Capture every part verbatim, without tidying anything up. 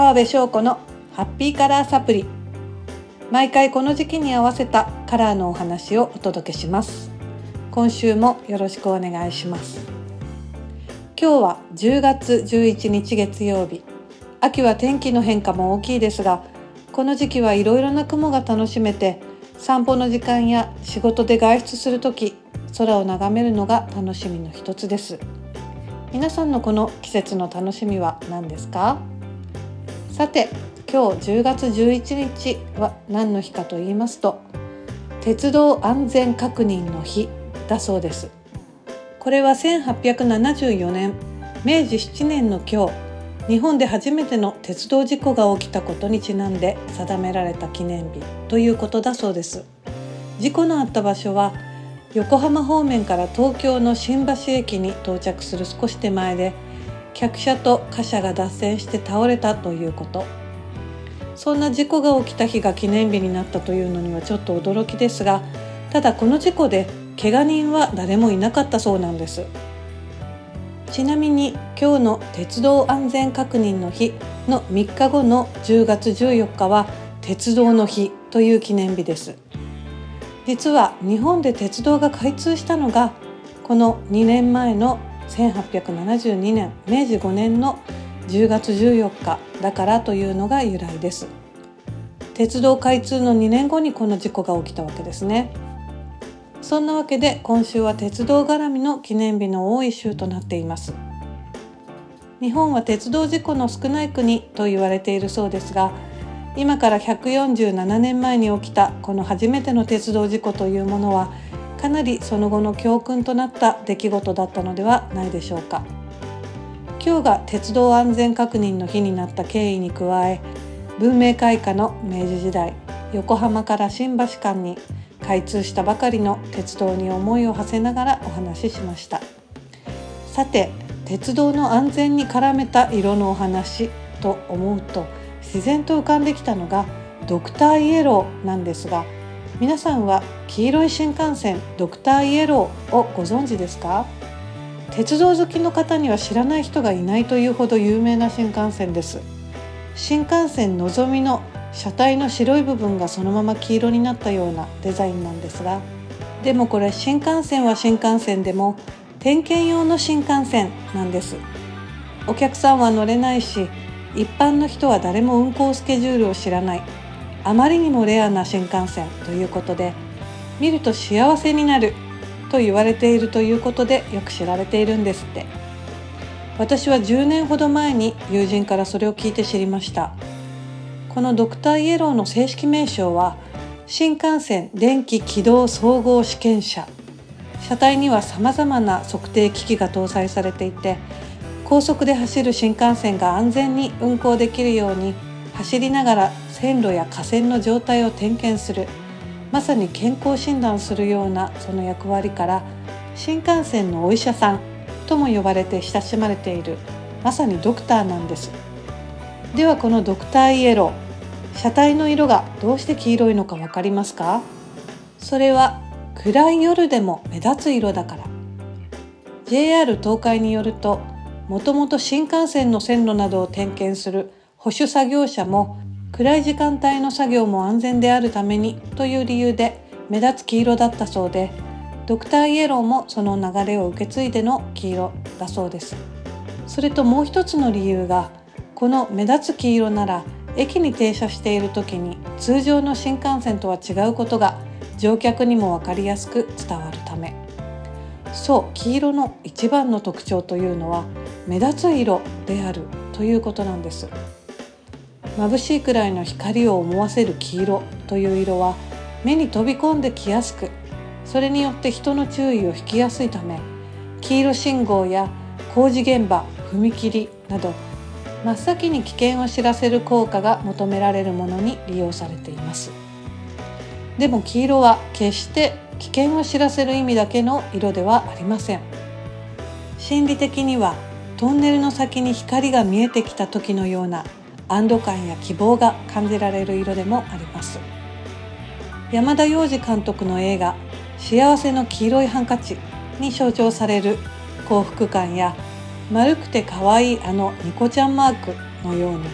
川辺翔子のハッピーカラーサプリ。毎回この時期に合わせたカラーのお話をお届けします。今週もよろしくお願いします。今日はじゅうがつじゅういちにち月曜日。秋は天気の変化も大きいですが、この時期はいろいろな雲が楽しめて、散歩の時間や仕事で外出するとき、空を眺めるのが楽しみの一つです。皆さんのこの季節の楽しみは何ですか？さて、今日じゅうがつじゅういちにちは何の日かと言いますと、鉄道安全確認の日だそうです。これはせんはっぴゃくななじゅうよねん、めいじしちねんの今日、日本で初めての鉄道事故が起きたことにちなんで定められた記念日ということだそうです。事故のあった場所は横浜方面から東京の新橋駅に到着する少し手前で、客車と貨車が脱線して倒れたということ。そんな事故が起きた日が記念日になったというのにはちょっと驚きですが、ただこの事故で怪我人は誰もいなかったそうなんです。ちなみに今日の鉄道安全確認の日のみっかごのじゅうがつじゅうよっかは鉄道の日という記念日です。実は日本で鉄道が開通したのがこのにねんまえのせんはっぴゃくななじゅうにねん、めいじごねんのじゅうがつじゅうよっかだからというのが由来です。鉄道開通のにねんごにこの事故が起きたわけですね。そんなわけで今週は鉄道絡みの記念日の多い週となっています。日本は鉄道事故の少ない国と言われているそうですが、今からひゃくよんじゅうななねんまえに起きたこの初めての鉄道事故というものは、かなりその後の教訓となった出来事だったのではないでしょうか。今日が鉄道安全確認の日になった経緯に加え、文明開化の明治時代、横浜から新橋間に開通したばかりの鉄道に思いを馳せながらお話ししました。さて、鉄道の安全に絡めた色のお話と思うと、自然と浮かんできたのがドクターイエローなんですが、皆さんは黄色い新幹線ドクターイエローをご存知ですか？鉄道好きの方には知らない人がいないというほど有名な新幹線です。新幹線のぞみの車体の白い部分がそのまま黄色になったようなデザインなんですが、でもこれ新幹線は新幹線でも点検用の新幹線なんです。お客さんは乗れないし、一般の人は誰も運行スケジュールを知らない、あまりにもレアな新幹線ということで、見ると幸せになると言われているということでよく知られているんですって。私はじゅうねんほど前に友人からそれを聞いて知りました。このドクターイエローの正式名称は新幹線電気軌道総合試験車。車体にはさまざまな測定機器が搭載されていて、高速で走る新幹線が安全に運行できるように、走りながら線路や架線の状態を点検する、まさに健康診断するようなその役割から、新幹線のお医者さんとも呼ばれて親しまれている、まさにドクターなんです。ではこのドクターイエロー、車体の色がどうして黄色いのかわかりますか？それは暗い夜でも目立つ色だから。 ジェイアール 東海によると、もともと新幹線の線路などを点検する保守作業車も暗い時間帯の作業も安全であるためにという理由で目立つ黄色だったそうで、ドクターイエローもその流れを受け継いでの黄色だそうです。それともう一つの理由が、この目立つ黄色なら駅に停車している時に通常の新幹線とは違うことが乗客にも分かりやすく伝わるため。そう、黄色の一番の特徴というのは目立つ色であるということなんです。眩しいくらいの光を思わせる黄色という色は目に飛び込んできやすく、それによって人の注意を引きやすいため、黄色信号や工事現場、踏切など真っ先に危険を知らせる効果が求められるものに利用されています。でも黄色は決して危険を知らせる意味だけの色ではありません。心理的にはトンネルの先に光が見えてきた時のような安堵感や希望が感じられる色でもあります。山田洋次監督の映画幸せの黄色いハンカチに象徴される幸福感や、丸くて可愛いあのニコちゃんマークのように、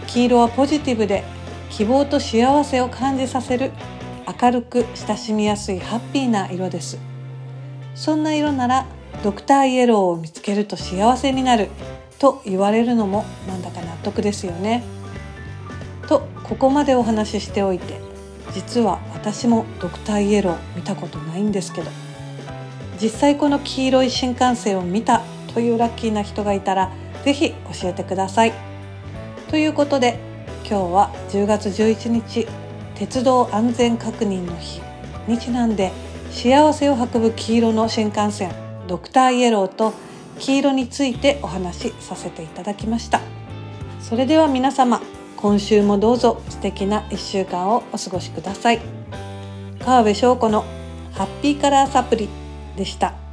黄色はポジティブで希望と幸せを感じさせる明るく親しみやすいハッピーな色です。そんな色ならドクターイエローを見つけると幸せになると言われるのもなんだか納得ですよね。とここまでお話ししておいて、実は私もドクターイエロー見たことないんですけど、実際この黄色い新幹線を見たというラッキーな人がいたらぜひ教えてください。ということで今日はじゅうがつじゅういちにち鉄道安全確認の日にちなんで、幸せを運ぶ黄色の新幹線ドクターイエローと黄色についてお話しさせていただきました。それでは皆様、今週もどうぞ素敵ないっしゅうかんをお過ごしください。川辺翔子のハッピーカラーサプリでした。